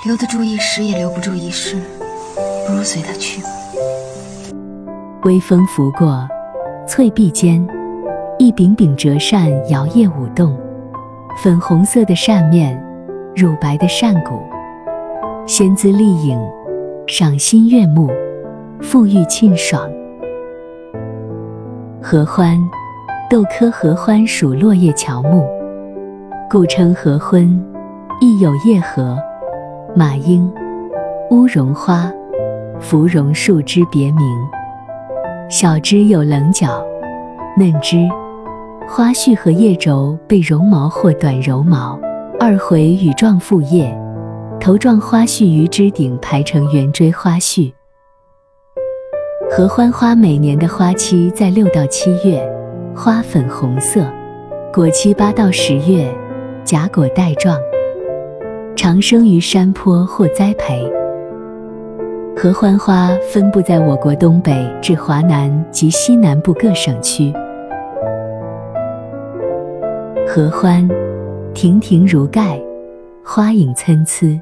留得住一时，也留不住一世，不如随他去吧。 微风拂过，翠壁间，一柄柄折扇摇曳舞动，粉红色的扇面，乳白的扇骨，仙姿丽影，赏心悦目，馥郁沁爽。合欢，豆科合欢属落叶乔木，故称合婚，亦有叶合、马缨、乌绒花、芙蓉树之别名。小枝有棱角，嫩枝、花序和叶轴被绒毛或短柔毛，二回羽状复叶，头状花序于枝顶排成圆锥花序。合欢花每年的花期在6到7月，花粉红色，果期8到10月，假果带状，常生于山坡或栽培。合欢花分布在我国东北至华南及西南部各省区。合欢，亭亭如盖，花影参差。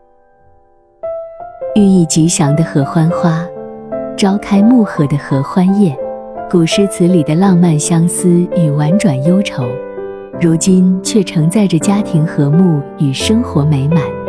寓意吉祥的合欢花，朝开暮合的合欢叶，古诗词里的浪漫相思与婉转忧愁，如今却承载着家庭和睦与生活美满。